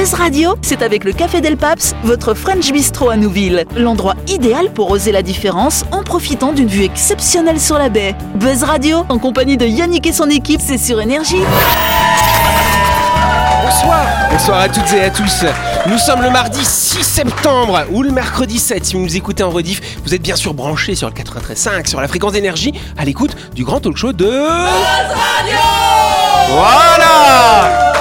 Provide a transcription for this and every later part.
Buzz Radio, c'est avec le Café Del Paps, votre French Bistro à Nouville. L'endroit idéal pour oser la différence en profitant d'une vue exceptionnelle sur la baie. Buzz Radio, en compagnie de Yannick et son équipe, c'est sur Énergie. Bonsoir à toutes et à tous. Nous sommes le mardi 6 septembre ou le mercredi 7 si vous nous écoutez en rediff. Vous êtes bien sûr branchés sur le 93.5 sur la fréquence d'énergie à l'écoute du grand talk show de Buzz Radio. Voilà.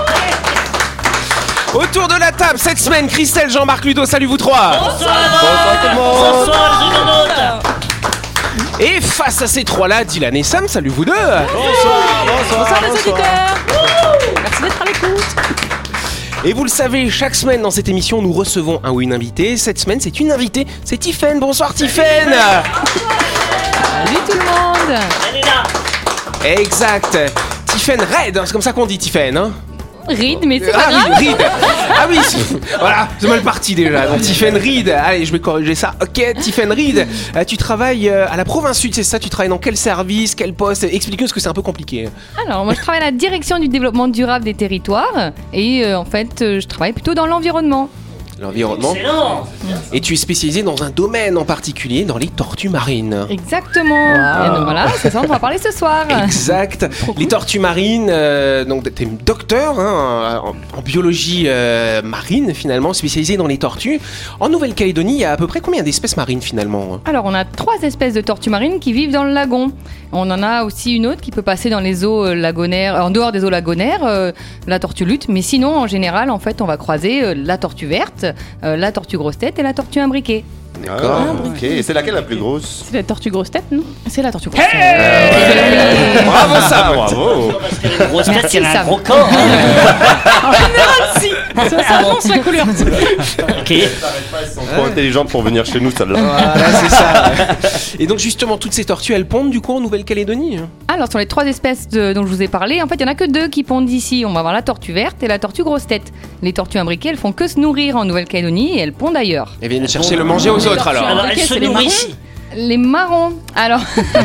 Autour de la table cette semaine, Christelle, Jean-Marc, Ludo, salut vous trois. Bonsoir tout le monde. Bonsoir les Et face à ces trois-là, Dylan et Sam, salut vous deux. Bonsoir les auditeurs. Merci d'être à l'écoute. Et vous le savez, chaque semaine dans cette émission, nous recevons un ou une invitée. Cette semaine, c'est une invitée, c'est Tiffaine. Bonsoir Tiffaine. Salut tout le monde. Elle est là. Exact. Tiffaine Red, c'est comme ça qu'on dit Tiffaine, hein. Reed, mais c'est pas grave. Oui, Reed. Ah oui, voilà, c'est mal parti déjà. Donc Tiffaine Reed, allez, je vais corriger ça. Ok, Tiffaine Reed, tu travailles à la province sud, c'est ça? Tu travailles dans quel service, quel poste? Explique-nous parce que c'est un peu compliqué. Alors, moi je travaille à la direction du développement durable des territoires et en fait, je travaille plutôt dans l'environnement. L'environnement. Excellent. Et tu es spécialisé dans un domaine en particulier, dans les tortues marines. Exactement. Et donc voilà, c'est ça, on va parler ce soir. Exact. Les tortues marines, donc tu es docteur en biologie marine finalement, spécialisé dans les tortues. En Nouvelle-Calédonie, il y a à peu près combien d'espèces marines finalement? Alors, on a 3 espèces de tortues marines qui vivent dans le lagon. On en a aussi une autre qui peut passer dans les eaux lagonaires, en dehors des eaux lagonaires, la tortue luth. Mais sinon, en général, en fait, on va croiser la tortue verte, la tortue grosse tête et la tortue imbriquée. D'accord. Ok, et c'est laquelle la plus grosse? C'est la tortue grosse tête, non? C'est la tortue grosse tête. Bravo Sam. Bravo. Parce que les grosses têtes, Merci, il y a un Sam. gros corps. En général, si. Ça annonce la couleur. Ok. Ils sont trop intelligentes pour venir chez nous, celle-là. Voilà, c'est ça. Et donc justement, toutes ces tortues, elles pondent du coup en Nouvelle-Calédonie? Alors, sur les 3 espèces dont je vous ai parlé, en fait, il n'y en a que 2 qui pondent ici. On va avoir la tortue verte et la tortue grosse tête. Les tortues imbriquées, elles font que se nourrir en Nouvelle-Calédonie et elles pondent ailleurs. Elles viennent chercher le manger aux autres alors. Alors, Ok, elle se c'est les nourrit. Les marrons. Alors,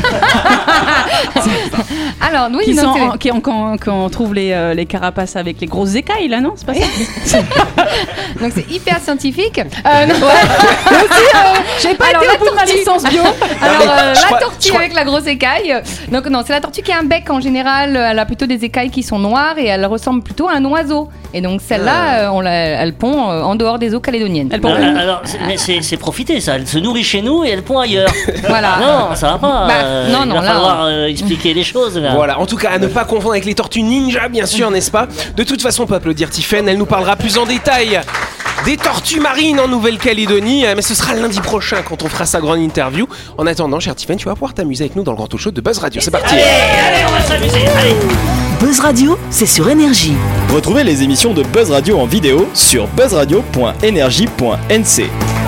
oui, Qui non, sont quand on trouve les carapaces avec les grosses écailles, là, non? C'est pas ça? donc c'est hyper scientifique. Non. J'ai pas Alors, été la au bout de ma tortue. licence bio. Alors, je la crois- tortue avec la grosse écaille. Donc, non, c'est la tortue qui a un bec en général. Elle a plutôt des écailles qui sont noires et elle ressemble plutôt à un oiseau. Et donc, celle-là, elle pond en dehors des eaux calédoniennes. Elle pond. Alors, c'est profiter ça. Elle se nourrit chez nous et elle pond ailleurs. Voilà. Non, ça va pas. Non, il non, va là, falloir expliquer les choses là. Voilà, en tout cas, à ne pas confondre avec les tortues ninja, bien sûr, n'est-ce pas? De toute façon, on peut applaudir Tiffaine, elle nous parlera plus en détail des tortues marines en Nouvelle-Calédonie, mais ce sera lundi prochain quand on fera sa grande interview. En attendant, cher Tiffaine, tu vas pouvoir t'amuser avec nous dans le grand talk show de Buzz Radio. C'est parti. Allez, on va s'amuser. Allez. Buzz Radio, c'est sur Énergie. Retrouvez les émissions de Buzz Radio en vidéo sur buzzradio.energie.nc.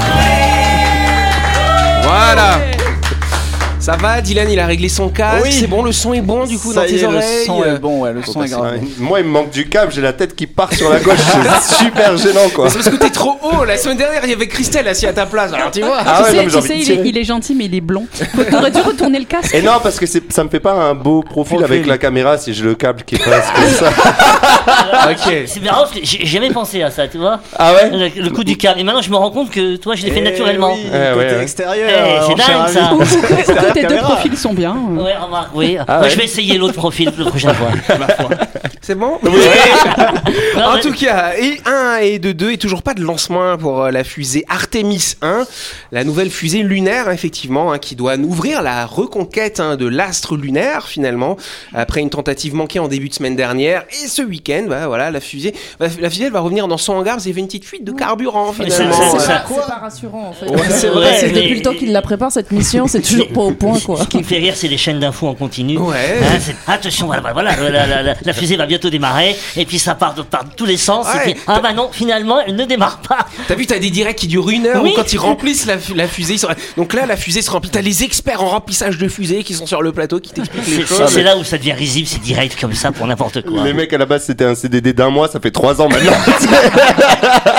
Voilà. Ça va, Dylan, il a réglé son casque, Oui. c'est bon, le son est bon du coup Ça dans y tes est, oreilles. le son est bon, ouais, le son est grave. Moi, il me manque du câble, j'ai la tête qui part sur la gauche, c'est super gênant, quoi. Mais c'est parce que t'es trop haut. La semaine dernière, il y avait Christelle assise à ta place. Alors tu vois. Ah ouais, non, mais j'ai Tu envie sais, de il tirer. est gentil, mais il est blond. T'aurais dû retourner le casque. Et non, parce que ça me fait pas un beau profil avec la caméra si j'ai le câble qui passe comme ça. Ok. C'est marrant parce que j'ai jamais pensé à ça, tu vois. Ah ouais? Le coup du câble. Et maintenant, je me rends compte que toi, je l'ai fait naturellement. Oui, Ouais, côté ouais. extérieur. C'est en cher dingue, ça. ami. Ou que tes deux caméra. profils sont bien. Ouais, remarque, oui. Ah Moi, ouais. je vais essayer l'autre profil la prochaine fois. C'est bon. Non, En mais- tout cas, et 1 et de 2 et toujours pas de lancement pour la fusée Artemis 1, la nouvelle fusée lunaire effectivement qui doit ouvrir la reconquête de l'astre lunaire finalement après une tentative manquée en début de semaine dernière et ce week-end, voilà, la fusée elle va revenir dans son hangar parce qu'il y avait une petite fuite de carburant finalement. c'est ça. C'est pas rassurant en fait. Ouais, c'est vrai. C'est mais- depuis le temps qu'il la prépare cette mission, c'est toujours pas au point quoi. Ce qui me fait rire, c'est les chaînes d'infos en continu. Ouais. Hein, attention, voilà, la fusée va bientôt démarrer, et puis ça part de tous les sens, Ouais. et puis, ah bah non, finalement, elle ne démarre pas. T'as vu, t'as des directs qui durent 1 heure Oui. où quand ils remplissent la fusée, donc là la fusée se remplit. T'as les experts en remplissage de fusée qui sont sur le plateau qui t'expliquent les choses. C'est là où ça devient risible, c'est direct comme ça pour n'importe quoi. Les mecs, à la base, c'était un CDD d'1 mois, ça fait 3 ans maintenant.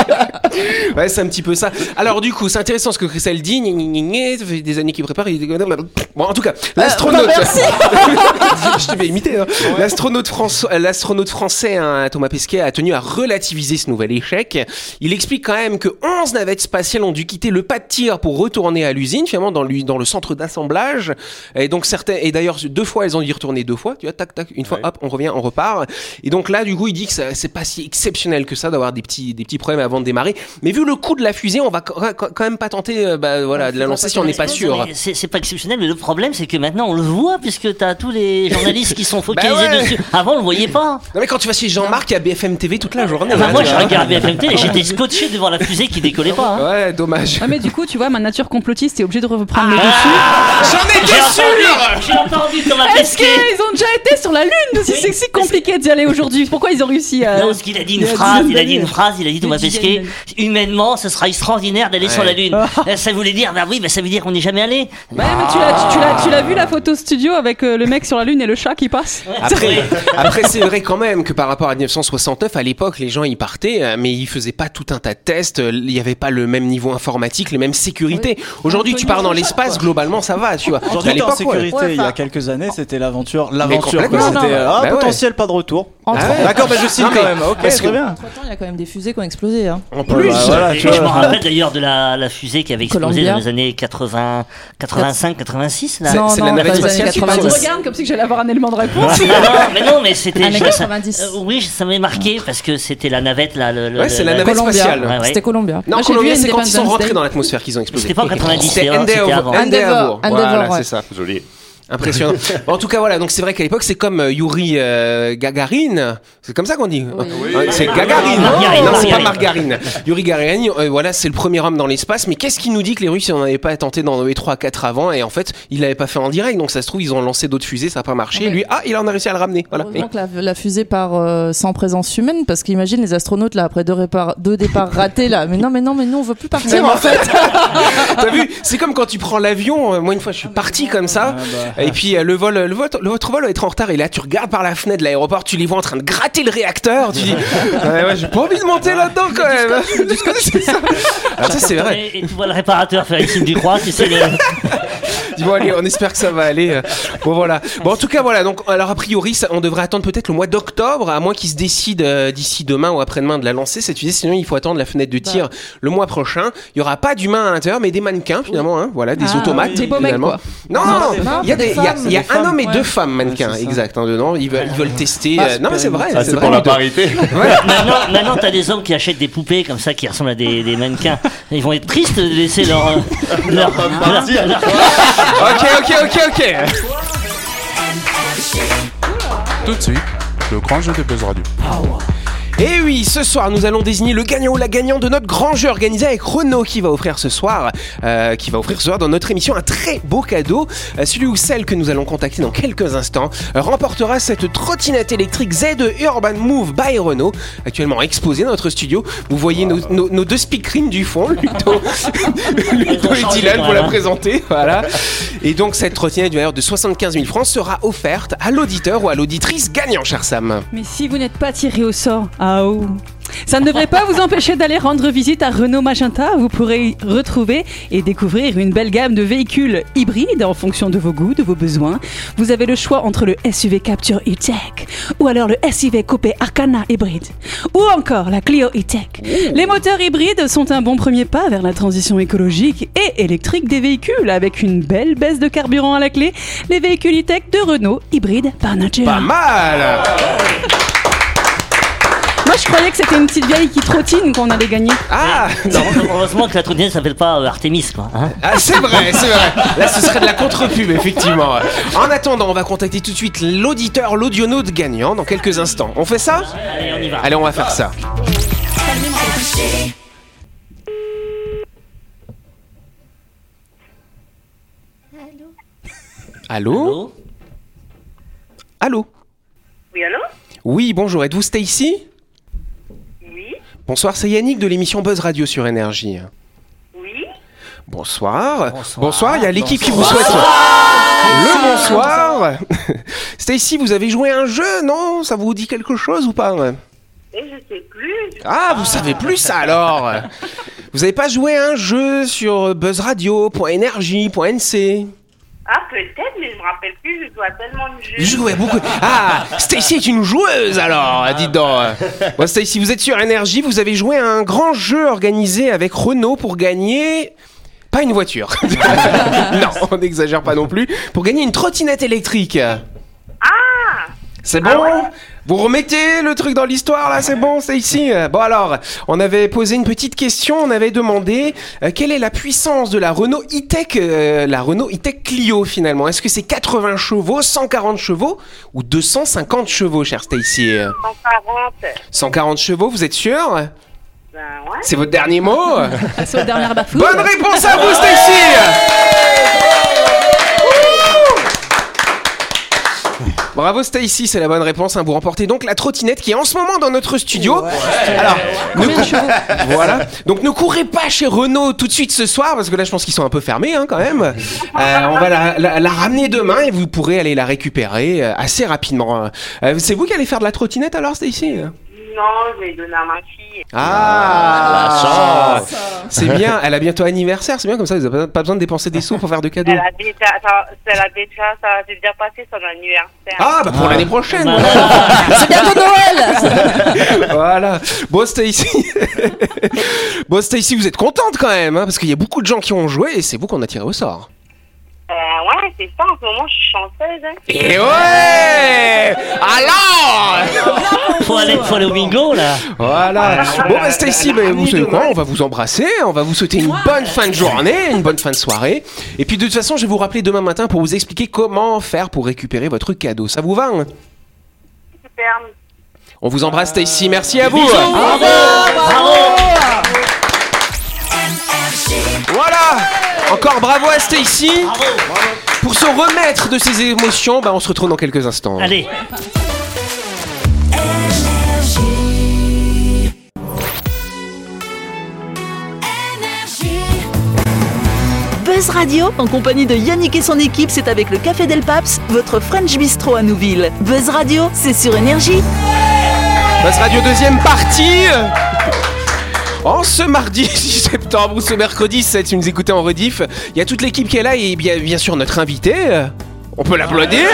Ouais, c'est un petit peu ça. Alors du coup, c'est intéressant ce que Christelle dit. Ça fait des années qu'il prépare. Bon, en tout cas, l'astronaute. Je t'ai bien imité. Hein. Ouais. L'astronaute français Thomas Pesquet a tenu à relativiser ce nouvel échec. Il explique quand même que 11 navettes spatiales ont dû quitter le pas de tir pour retourner à l'usine, finalement dans le centre d'assemblage. Et donc et d'ailleurs 2 fois elles ont dû y retourner 2 fois. Tu vois, tac tac, une fois, hop, on revient, on repart. Et donc là, du coup, il dit que c'est pas si exceptionnel que ça d'avoir des petits problèmes avant de démarrer. Mais vu le coût de la fusée, on va quand même pas tenter de la lancer si on n'est pas sûr. C'est pas exceptionnel, mais le problème c'est que maintenant on le voit puisque t'as tous les journalistes qui sont focalisés dessus. Avant on le voyait pas. Non mais quand tu vas chez Jean-Marc, il y a BFM TV toute la journée. Moi je regarde BFM TV et j'étais scotché devant la fusée qui décollait pas. Hein. Ouais, dommage. Ouais, mais du coup, tu vois, ma nature complotiste est obligée de reprendre le dessus. J'en étais sûr. J'ai entendu Thomas Est-ce Pesquet. qu'ils ont déjà été sur la Lune? C'est si compliqué d'y aller aujourd'hui. Pourquoi ils ont réussi à... Non, parce qu'il a dit il a dit Thomas Pesquet, humainement, ce sera extraordinaire d'aller sur la Lune. Ça voulait dire, ça veut dire qu'on n'est jamais allé. Ouais, mais tu l'as vu la photo studio avec le mec sur la Lune et le chat qui passe? Après, c'est vrai quand même que par rapport à 1969, à l'époque, les gens y partaient, mais ils faisaient pas tout un tas de tests. Il n'y avait pas le même niveau informatique, les mêmes sécurités. Aujourd'hui, tu pars dans l'espace, globalement, ça va, tu vois. Aujourd'hui, t'es en sécurité. Il y a quelques années, c'était l'aventure. complètement. C'était potentiel, pas de retour. D'accord, je signe quand même. Ok, très bien. Entre-temps, il y a quand même des fusées qui ont explosé. Hein. En plus, je me rappelle d'ailleurs de la fusée qui avait explosé dans les années 85, 86. Là. C'est la navette spatiale qui parle. Regarde comme si j'allais avoir un élément de réponse. mais c'était. Années 90. Oui, ça m'avait marqué parce que c'était la navette là. Ouais, c'est la navette spatiale. C'était Columbia. Non, Columbia, c'est quand ils sont rentrés dans l'atmosphère qu'ils ont explosé. C'était pas en 90, c'était avant. Endeavour. Voilà, c'est ça. Joli. Impressionnant. Bon, en tout cas, voilà. Donc, c'est vrai qu'à l'époque, c'est comme Yuri Gagarin. C'est comme ça qu'on dit. Oui. C'est Gagarine. Non, c'est pas Margarine. Yuri Gagarin, voilà, c'est le premier homme dans l'espace. Mais qu'est-ce qui nous dit que les Russes, on n'avait pas tenté dans les 3-4 avant? Et en fait, ils l'avaient pas fait en direct. Donc, ça se trouve, ils ont lancé d'autres fusées, ça n'a pas marché. Et lui, il en a réussi à le ramener. Voilà. Heureusement que la fusée part sans présence humaine. Parce qu'imagine les astronautes, là, après 2 départs ratés, là. Mais non, nous, on veut plus partir, en fait. T'as vu? C'est comme quand tu prends l'avion. Moi, une fois, je suis parti comme ça. Et puis, votre vol va être en retard et là tu regardes par la fenêtre de l'aéroport, tu les vois en train de gratter le réacteur, tu dis j'ai pas envie de monter là-dedans quand même. C'est ça. Alors ça c'est vrai. Et tu vois le réparateur faire une signe du croix, tu sais. Bon allez, on espère que ça va aller. Bon voilà. Bon en tout cas voilà. Donc alors a priori on devrait attendre peut-être le mois d'octobre, à moins qu'ils se décident d'ici demain ou après-demain de la lancer cette fusée. Sinon il faut attendre la fenêtre de tir le mois prochain. Il y aura pas d'humains à l'intérieur, mais des mannequins finalement. Hein, voilà, des automates. Des beaux mecs quoi. Non. Il y a un homme et 2 femmes mannequins, exact. Dedans, ils veulent tester. Non mais c'est vrai. C'est pour la parité. Maintenant t'as des hommes qui achètent des poupées comme ça qui ressemblent à des mannequins. Ils vont être tristes de laisser leur Ok. Tout de suite, le grand jeu de Buzz Radio. Et oui, ce soir, nous allons désigner le gagnant ou la gagnante de notre grand jeu organisé avec Renault qui va offrir ce soir dans notre émission un très beau cadeau. Celui ou celle que nous allons contacter dans quelques instants remportera cette trottinette électrique Z2 Urban Move by Renault, actuellement exposée dans notre studio. Vous voyez nos 2 speakerines du fond, Ludo et Dylan pour la présenter. Voilà. Et donc, cette trottinette d'une valeur de 75 000 francs sera offerte à l'auditeur ou à l'auditrice gagnant, cher Sam. Mais si vous n'êtes pas tiré au sort, ça ne devrait pas vous empêcher d'aller rendre visite à Renault Magenta. Vous pourrez y retrouver et découvrir une belle gamme de véhicules hybrides en fonction de vos goûts, de vos besoins. Vous avez le choix entre le SUV Capture E-Tech ou alors le SUV Coupé Arcana hybride ou encore la Clio E-Tech. Les moteurs hybrides sont un bon premier pas vers la transition écologique et électrique des véhicules avec une belle baisse de carburant à la clé. Les véhicules E-Tech de Renault hybride par nature. Pas mal. Moi, je croyais que c'était une petite vieille qui trottine qu'on allait gagner. Ah non, heureusement que la trottinette s'appelle pas Artemis, quoi. Hein, c'est vrai. Là, ce serait de la contre-pub, effectivement. En attendant, on va contacter tout de suite l'auditeur, l'audionaute gagnant dans quelques instants. On fait ça? Allez, on y va. Allez, on va faire ça. Allô? Allô? Oui, allô? Oui, bonjour. Êtes-vous Stacy? Oui. Bonsoir, c'est Yannick de l'émission Buzz Radio sur Énergie. Oui. Bonsoir. Bonsoir, il y a l'équipe qui vous souhaite le bonsoir. Stacy, vous avez joué à un jeu, non? Ça vous dit quelque chose ou pas? Et je sais plus, Ah, vous savez plus ça alors. Vous avez pas joué à un jeu sur buzzradio.energie.nc? Ah, peut-être, mais je me rappelle plus, je joue à tellement de jeux. Je jouais beaucoup. Ah, Stacy est une joueuse alors, dites donc. Bon, Stacy, vous êtes sur Énergie, vous avez joué à un grand jeu organisé avec Renault pour gagner... Pas une voiture. Non, on n'exagère pas non plus. Pour gagner une trottinette électrique. Ah! C'est bon? Vous remettez le truc dans l'histoire là, c'est bon, c'est ici. Bon alors, on avait posé une petite question, on avait demandé quelle est la puissance de la Renault e-Tech Clio finalement. Est-ce que c'est 80 chevaux, 140 chevaux ou 250 chevaux, cher Stacy? 140. 140 chevaux, vous êtes sûr? Ben ouais. C'est votre dernier mot? C'est votre dernière bafouille. Bonne réponse à vous, Stacy! Bravo Stacy, c'est la bonne réponse. Vous remportez donc la trottinette qui est en ce moment dans notre studio. Alors, voilà. Donc ne courez pas chez Renault tout de suite ce soir parce que là je pense qu'ils sont un peu fermés quand même. On va la ramener demain et vous pourrez aller la récupérer assez rapidement. C'est vous qui allez faire de la trottinette alors, Stacy? Non, je vais donner à ma fille. Ah, c'est bien. Elle a bientôt anniversaire, c'est bien comme ça. Vous n'avez pas besoin de dépenser des sous pour faire de cadeaux. Ça s'est déjà passé son anniversaire. Ah, bah pour l'année prochaine. C'est bientôt Noël. Voilà. Bon, Stacy, vous êtes contente quand même, parce qu'il y a beaucoup de gens qui ont joué et c'est vous qu'on a tiré au sort. Ouais, c'est ça, en ce moment, je suis chanceuse. Et ouais. Alors faut aller au bingo, là. Voilà. Bon, bah, Stacy, vous savez quoi? On va vous embrasser, on va vous souhaiter une bonne fin de journée, une bonne fin de soirée. Et puis, de toute façon, je vais vous rappeler demain matin pour vous expliquer comment faire pour récupérer votre cadeau. Ça vous va? Super. On vous embrasse, Stacy. Merci à vous. Bravo. Voilà. Encore bravo à Stacy. Pour se remettre de ses émotions, on se retrouve dans quelques instants. Allez. Buzz Radio, en compagnie de Yannick et son équipe, c'est avec le Café Del Paps, votre French Bistro à Nouville. Buzz Radio, c'est sur Énergie. Buzz Radio, deuxième partie. En ce mardi 6 septembre ou ce mercredi 7, si vous nous écoutez en rediff, il y a toute l'équipe qui est là et bien sûr notre invité. On peut l'applaudir.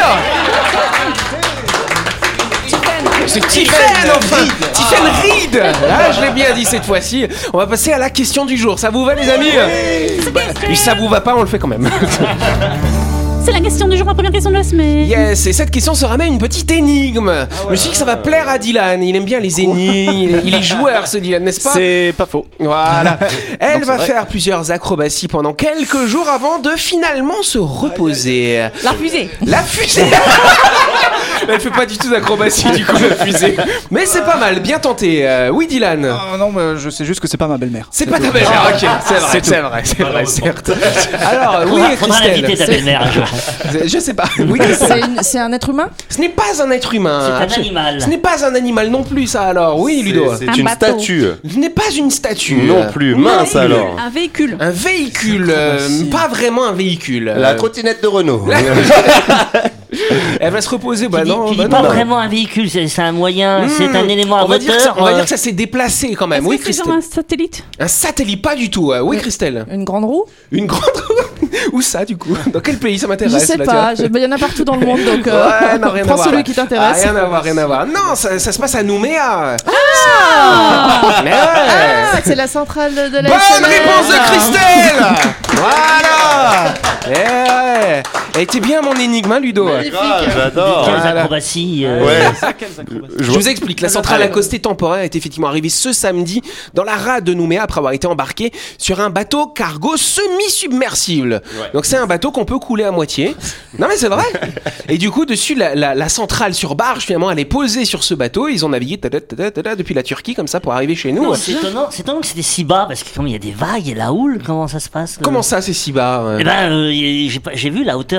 C'est Tiffen, enfin. Tiffen Reed. Ah, je l'ai bien dit cette fois-ci. On va passer à la question du jour. Ça vous va, les amis? Et ça vous va pas, on le fait quand même. C'est la question du jour, la première question de la semaine. Yes, et cette question se ramène une petite énigme. Je me suis dit que ça va plaire à Dylan. Il aime bien les énigmes. Il est joueur, ce Dylan, n'est-ce pas? C'est pas faux. Voilà. Elle va faire plusieurs acrobaties pendant quelques jours avant de finalement se reposer. La fusée. La fusée. Elle fait pas du tout d'acrobatie, du coup, la fusée. Mais c'est pas mal, bien tenté. Oui, Dylan. Non, mais je sais juste que c'est pas ma belle-mère. C'est pas ta belle-mère, ok. C'est vrai, certes. Alors, oui, faudra l'inviter ta belle-mère un jour. Je sais pas. Oui, c'est un être humain? Ce n'est pas un être humain. C'est un animal. Ce n'est pas un animal non plus, ça alors. Oui, Ludo. C'est une statue. Ce n'est pas une statue. Non plus. Mince alors. Un véhicule. Un véhicule. Pas vraiment un véhicule. La trottinette de Renault. Elle va se reposer. Bah non. Tu dis pas vraiment un véhicule, c'est un moyen, c'est un élément à moteur. On va dire que ça s'est déplacé quand même. Oui, Christelle. C'est genre un satellite? Un satellite, pas du tout. Oui, Christelle. Une grande roue? Une grande roue? Où ça, du coup? Dans quel pays ça m'intéresse? Je sais pas. Il y en a partout dans le monde, donc ouais, non, rien prends à voir. celui qui t'intéresse. Rien à voir. Non, ça se passe à Nouméa. Mais ouais. Ah, c'est la centrale de la Bonne réponse de Christelle. Voilà. Ouais. Elle était bien mon énigme, Ludo. J'adore. Quelles acrobaties. Je vous explique. La centrale accostée temporaire est effectivement arrivée ce samedi dans la rade de Nouméa après avoir été embarquée sur un bateau cargo semi-submersible. Ouais. Donc c'est un bateau qu'on peut couler à moitié. Non mais c'est vrai. Et du coup dessus la centrale sur barge finalement elle est posée sur ce bateau. Ils ont navigué depuis la Turquie comme ça pour arriver chez nous. C'est étonnant que c'était si bas parce que comme il y a des vagues et la houle, comment ça se passe? Comment ça c'est si bas? Eh ben j'ai vu la hauteur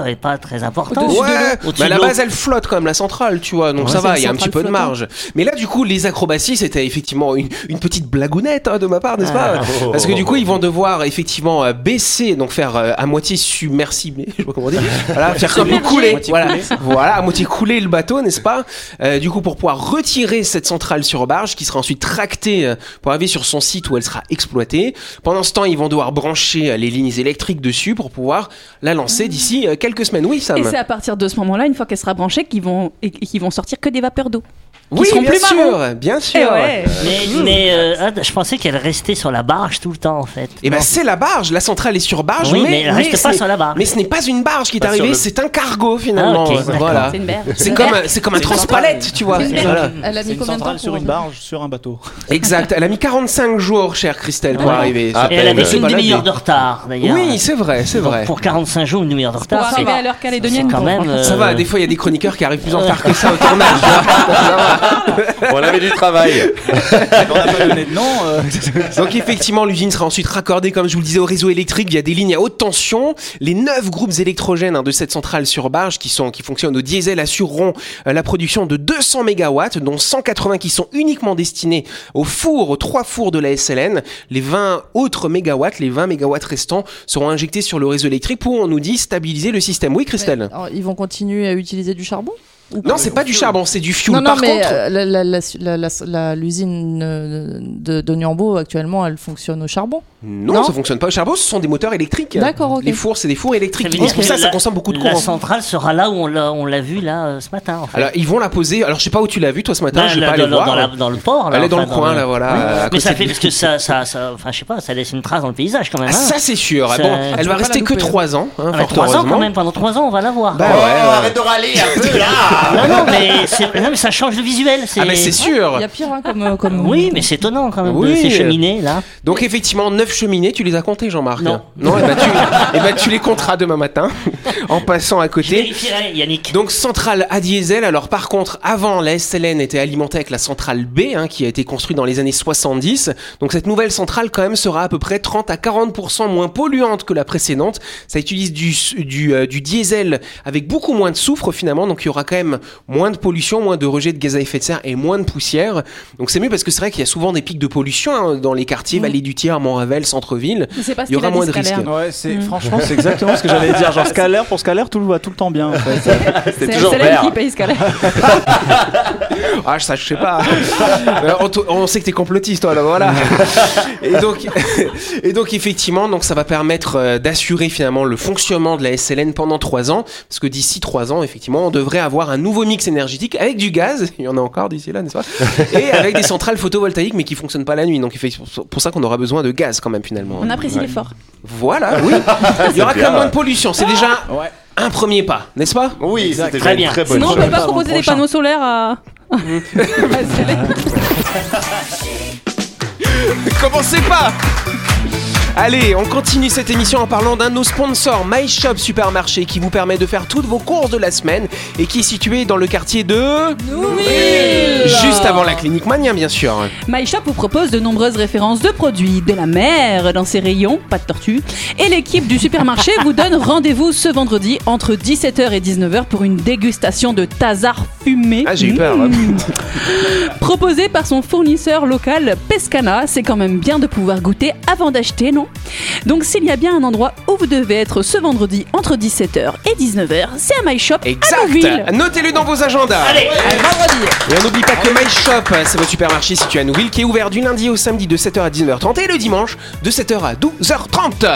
hauteur est pas très importante. À la base, elle flotte quand même, la centrale, tu vois, donc ça va, il y a un petit peu de marge. Mais là, du coup, les acrobaties, c'était effectivement une petite blagounette de ma part, n'est-ce pas? Parce que du coup, ils vont devoir effectivement baisser, donc faire à moitié submersible, je sais pas comment dire, voilà, faire comme couler, voilà, à moitié couler le bateau, n'est-ce pas? Du coup, pour pouvoir retirer cette centrale sur barge, qui sera ensuite tractée pour arriver sur son site où elle sera exploitée. Pendant ce temps, ils vont devoir brancher les lignes électriques dessus pour pouvoir la lancer d'ici quelques semaines. Oui, Sam. Et c'est à partir de ce moment-là, une fois qu'elle sera branchée, qu'ils vont sortir que des vapeurs d'eau. Oui, bien sûr. Mais je pensais qu'elle restait sur la barge tout le temps en fait. Et c'est la barge, la centrale est sur barge, mais elle reste pas sur la barge. Mais ce n'est pas une barge qui est arrivée, c'est un cargo finalement. Voilà. C'est comme un transpalette, tu vois. Elle a mis combien de temps sur une barge, sur un bateau. Exact. Elle a mis 45 jours, chère Christelle, pour arriver. Et elle avait une demi-heure de retard d'ailleurs. Oui, c'est vrai. Donc, pour 45 jours, une demi-heure de retard. Pour arriver à l'heure calédonienne. Quand même. Ça va. Des fois, il y a des chroniqueurs qui arrivent plus en retard que ça au tournage. On avait du travail. On n'a pas donné de nom. Donc effectivement, l'usine sera ensuite raccordée, comme je vous le disais, au réseau électrique via des lignes à haute tension. Les 9 groupes électrogènes de cette centrale sur barge qui fonctionnent au diesel assureront la production de 200 MW, dont 180 qui sont uniquement destinés aux 3 fours de la SLN. Les 20 autres mégawatts, les 20 MW restants seront injectés sur le réseau électrique pour, on nous dit, stabiliser le système. Oui, Christelle. Alors, ils vont continuer à utiliser du charbon? Non, c'est pas du charbon, c'est du fuel. Non, mais l'usine de Niambeau actuellement, elle fonctionne au charbon. Non, ça fonctionne pas au charbon, ce sont des moteurs électriques. D'accord, ok. Les fours, c'est des fours électriques. Et pour ça consomme beaucoup de courant. La centrale sera là où on l'a vu là ce matin. En fait. Alors ils vont la poser. Alors je sais pas où tu l'as vu toi ce matin. Je vais pas aller voir. Dans le port. Là, elle est dans le coin là, voilà. Mais ça fait parce que ça, enfin je sais pas, ça laisse une trace dans le paysage quand même. Ça c'est sûr. Bon, elle va rester que 3 ans. 3 ans quand même. Pendant 3 ans, on va la voir. Arrête de râler un peu là. Non mais ça change le visuel. Ah mais c'est sûr. Il y a pire comme. Oui, mais c'est étonnant quand même de ces cheminées là. Donc effectivement 9 cheminées, tu les as comptés Jean-Marc? Non. Tu les compteras demain matin en passant à côté. Je vérifierai, Yannick. Donc centrale à diesel. Alors par contre, avant la SLN était alimentée avec la centrale B qui a été construite dans les années 70. Donc cette nouvelle centrale quand même sera à peu près 30 à 40% moins polluante que la précédente. Ça utilise du diesel avec beaucoup moins de soufre finalement. Donc il y aura quand même moins de pollution, moins de rejet de gaz à effet de serre et moins de poussière. Donc c'est mieux parce que c'est vrai qu'il y a souvent des pics de pollution dans les quartiers Vallée du Thiers, Montravel, centre-ville. Il y aura moins de risques. Ouais, franchement, c'est exactement ce que j'allais dire. Genre scalaire pour scalaire, tout va tout le temps bien. En fait. C'est toujours vert. Qui paye scalaire. Je sais pas. On sait que t'es complotiste, toi, là, voilà. Et donc effectivement, ça va permettre d'assurer finalement le fonctionnement de la SLN pendant 3 ans, parce que d'ici 3 ans, effectivement, on devrait avoir un nouveau mix énergétique avec du gaz. Il y en a encore d'ici là, n'est-ce pas? Et avec des centrales photovoltaïques, mais qui fonctionnent pas la nuit. Donc c'est pour ça qu'on aura besoin de gaz quand même finalement. On apprécie l'effort. Voilà, oui. Il y aura quand même moins de pollution. C'est déjà un premier pas, n'est-ce pas? Oui, c'était très bien. Très bonne Sinon, on peut pas proposer des panneaux solaires à. Commencez pas. Allez, on continue cette émission en parlant d'un de nos sponsors, MyShop Supermarché, qui vous permet de faire toutes vos courses de la semaine et qui est situé dans le quartier de Nouville, juste avant la clinique Mania, bien sûr. MyShop vous propose de nombreuses références de produits de la mer dans ses rayons, pas de tortue, et l'équipe du supermarché vous donne rendez-vous ce vendredi entre 17h et 19h pour une dégustation de Tazar fumé. Ah, j'ai eu peur. Proposé par son fournisseur local Pescana, c'est quand même bien de pouvoir goûter avant d'acheter, non? Donc s'il y a bien un endroit où vous devez être ce vendredi entre 17h et 19h, c'est à MyShop à Nouville. Notez-le dans vos agendas. Allez, vendredi. Et on n'oublie pas que MyShop, c'est votre supermarché situé à Nouville qui est ouvert du lundi au samedi de 7h à 19h30 et le dimanche de 7h à 12h30.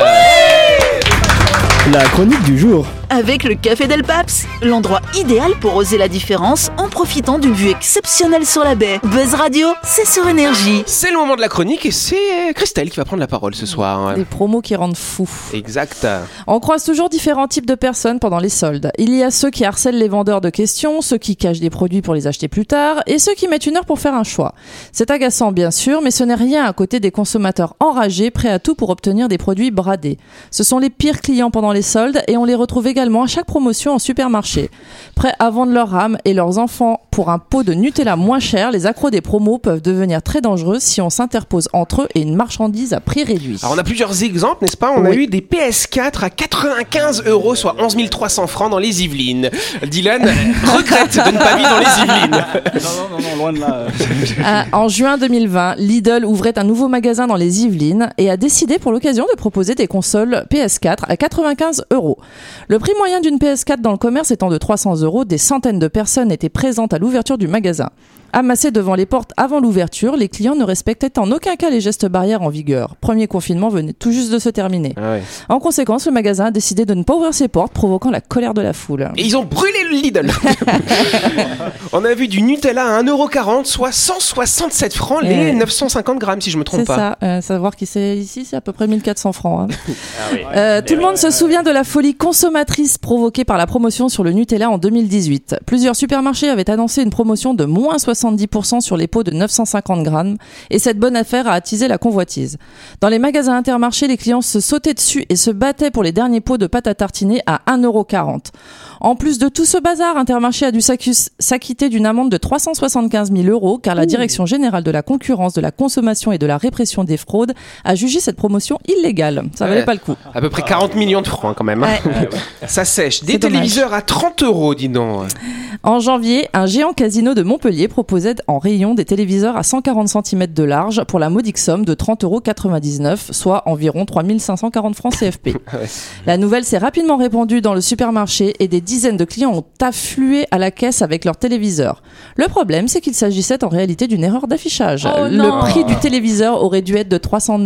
La chronique du jour. Avec le Café Del Paps, l'endroit idéal pour oser la différence en profitant d'une vue exceptionnelle sur la baie. Buzz Radio, c'est sur Énergie. C'est le moment de la chronique et c'est Christelle qui va prendre la parole ce soir. Des promos qui rendent fou. Exact. On croise toujours différents types de personnes pendant les soldes. Il y a ceux qui harcèlent les vendeurs de questions, ceux qui cachent des produits pour les acheter plus tard et ceux qui mettent 1 heure pour faire un choix. C'est agaçant bien sûr, mais ce n'est rien à côté des consommateurs enragés prêts à tout pour obtenir des produits bradés. Ce sont les pires clients pendant les les soldes et on les retrouve également à chaque promotion en supermarché. Prêts à vendre leurs âmes et leurs enfants pour un pot de Nutella moins cher, les accros des promos peuvent devenir très dangereux si on s'interpose entre eux et une marchandise à prix réduit. Alors on a plusieurs exemples, n'est-ce pas ? On a eu des PS4 à 95 €, soit 11 300 francs dans les Yvelines. Dylan regrette de ne pas vivre dans les Yvelines. Non, loin de là. En juin 2020, Lidl ouvrait un nouveau magasin dans les Yvelines et a décidé pour l'occasion de proposer des consoles PS4 à 95 €. Le prix moyen d'une PS4 dans le commerce étant de 300 €, des centaines de personnes étaient présentes à l'ouverture du magasin. Amassés devant les portes avant l'ouverture, les clients ne respectaient en aucun cas les gestes barrières en vigueur. Premier confinement venait tout juste de se terminer. En conséquence, le magasin a décidé de ne pas ouvrir ses portes, provoquant la colère de la foule. Et ils ont brûlé le Lidl. On a vu du Nutella à 1,40 €, soit 167 francs les 950 grammes, si je me trompe pas. C'est ça. Savoir qui c'est ici, c'est à peu près 1400 francs. Tout le monde se souvient de la folie consommatrice provoquée par la promotion sur le Nutella en 2018. Plusieurs supermarchés avaient annoncé une promotion de moins 70% sur les pots de 950 grammes et cette bonne affaire a attisé la convoitise. Dans les magasins Intermarché, les clients se sautaient dessus et se battaient pour les derniers pots de pâte à tartiner à 1,40 €. En plus de tout ce bazar, Intermarché a dû s'acquitter d'une amende de 375 000 € car la Direction générale de la concurrence, de la consommation et de la répression des fraudes a jugé cette promotion illégale. Ça valait pas le coup. À peu près 40 millions de francs quand même. Ça sèche. Des téléviseurs à 30 €, dis donc. En janvier, un géant casino de Montpellier proposait en rayon des téléviseurs à 140 cm de large pour la modique somme de 30,99 €, soit environ 3 540 francs CFP. La nouvelle s'est rapidement répandue dans le supermarché et des dizaines de clients ont afflué à la caisse avec leur téléviseur. Le problème, c'est qu'il s'agissait en réalité d'une erreur d'affichage. Le prix du téléviseur aurait dû être de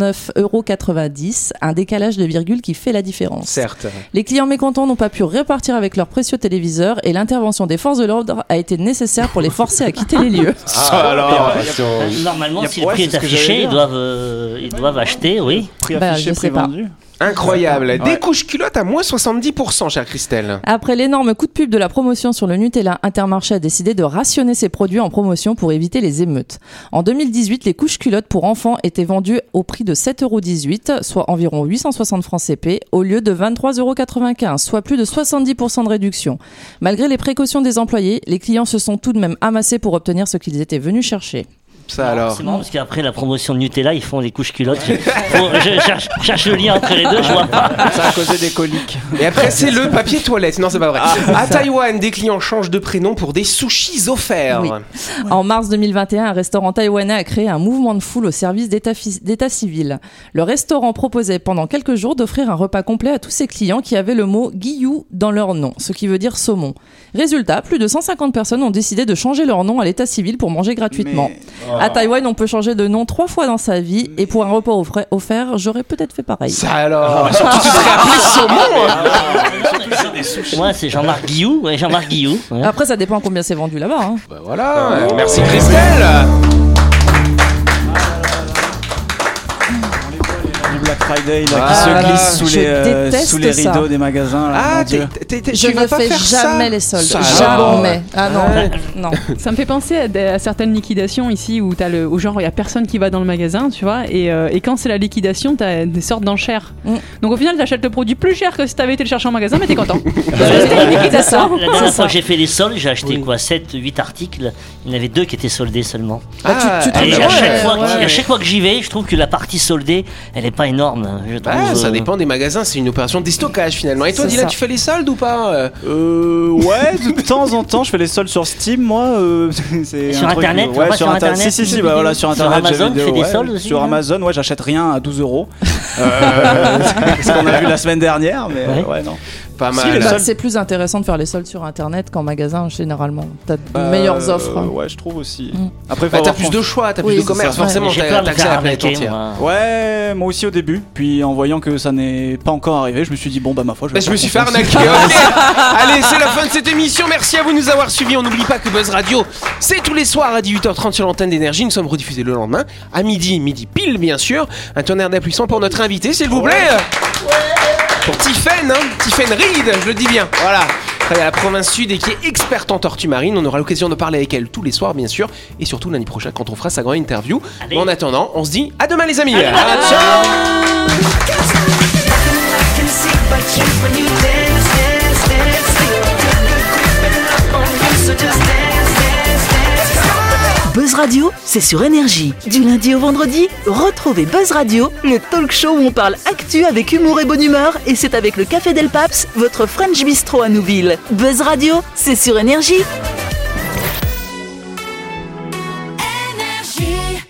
309,90 €, un décalage de virgule qui fait la différence. Certes. Les clients mécontents n'ont pas pu repartir avec leur précieux téléviseur et l'intervention des forces de l'ordre a été nécessaire pour les forcer à quitter les lieux. Normalement, si le prix est affiché, ils doivent acheter, oui. Prix affiché, prix vendu. Incroyable. Des couches culottes à moins 70%, chère Christelle. Après l'énorme coup de pub de la promotion sur le Nutella, Intermarché a décidé de rationner ses produits en promotion pour éviter les émeutes. En 2018, les couches culottes pour enfants étaient vendues au prix de 7,18 €, soit environ 860 francs CP, au lieu de 23,95 €, soit plus de 70% de réduction. Malgré les précautions des employés, les clients se sont tout de même amassés pour obtenir ce qu'ils étaient venus chercher. Ça alors. C'est marrant parce qu'après la promotion de Nutella, ils font des couches culottes. Je cherche le lien entre les deux, je vois pas. Ça a causé des coliques. Et après, c'est le papier toilette. Non, c'est pas vrai. À Taïwan, des clients changent de prénom pour des sushis offerts. Oui. En mars 2021, un restaurant taïwanais a créé un mouvement de foule au service d'état civil. Le restaurant proposait pendant quelques jours d'offrir un repas complet à tous ses clients qui avaient le mot Guillou dans leur nom, ce qui veut dire saumon. Résultat, plus de 150 personnes ont décidé de changer leur nom à l'état civil pour manger gratuitement. À Taïwan, on peut changer de nom 3 fois dans sa vie et pour un repas offert, j'aurais peut-être fait pareil. Ça alors. Surtout tu serais appelé saumon. Moi, c'est Jean-Marc Guillou. Ouais, Jean-Marc Guillou. Ouais. Après, ça dépend combien c'est vendu là-bas. Hein. Voilà. Merci Christelle. Black Friday là, qui se glisse sous les rideaux des magasins. Là, je ne fais jamais les soldes. Jamais. Ah non. Ça me fait penser à certaines liquidations ici où t'as au genre il y a personne qui va dans le magasin, tu vois, et quand c'est la liquidation, t'as des sortes d'enchères. Donc au final, t'achètes le produit plus cher que si t'avais été le chercher en magasin, mais t'es content. La dernière fois que j'ai fait les soldes, j'ai acheté 7-8 articles. Il y en avait 2 qui étaient soldés seulement. À chaque fois que j'y vais, je trouve que la partie soldée, elle est pas énorme, je trouve. Ça dépend des magasins, c'est une opération de déstockage finalement. Et toi, Dylan, tu fais les soldes ou pas? Ouais, de temps en temps, je fais les soldes sur Steam, moi. Sur Internet? Ouais, sur Internet. Si, bah voilà, sur Internet. Sur Amazon, tu fais des soldes aussi? Sur Amazon, ouais, j'achète rien à 12 €. C'est ce qu'on a vu la semaine dernière, mais ouais, non. Pas mal. C'est plus intéressant de faire les soldes sur Internet qu'en magasin, généralement. T'as de meilleures offres. Ouais, je trouve aussi. Après, t'as plus de choix, t'as plus de commerce, forcément. T'as accès à la planète entière. Ouais, moi aussi au début. Puis en voyant que ça n'est pas encore arrivé, je me suis dit, bon, bah ma foi, je me suis fait arnaquer. Allez, c'est la fin de cette émission. Merci à vous de nous avoir suivis. On n'oublie pas que Buzz Radio, c'est tous les soirs à 18h30 sur l'antenne d'Énergie. Nous sommes rediffusés le lendemain, à midi pile, bien sûr. Un tonnerre d'applaudissements pour notre invité, s'il vous plaît. Pour Tiffaine, Tiffaine Reed, je le dis bien. Voilà, travaille à la province sud et qui est experte en tortue marine. On aura l'occasion de parler avec elle tous les soirs, bien sûr, et surtout lundi prochain quand on fera sa grande interview. Mais en attendant, on se dit à demain, les amis. Ciao. Buzz Radio, c'est sur Énergie. Du lundi au vendredi, retrouvez Buzz Radio, le talk show où on parle actu avec humour et bonne humeur, et c'est avec le Café Del Paps, votre French Bistro à Nouville. Buzz Radio, c'est sur Énergie.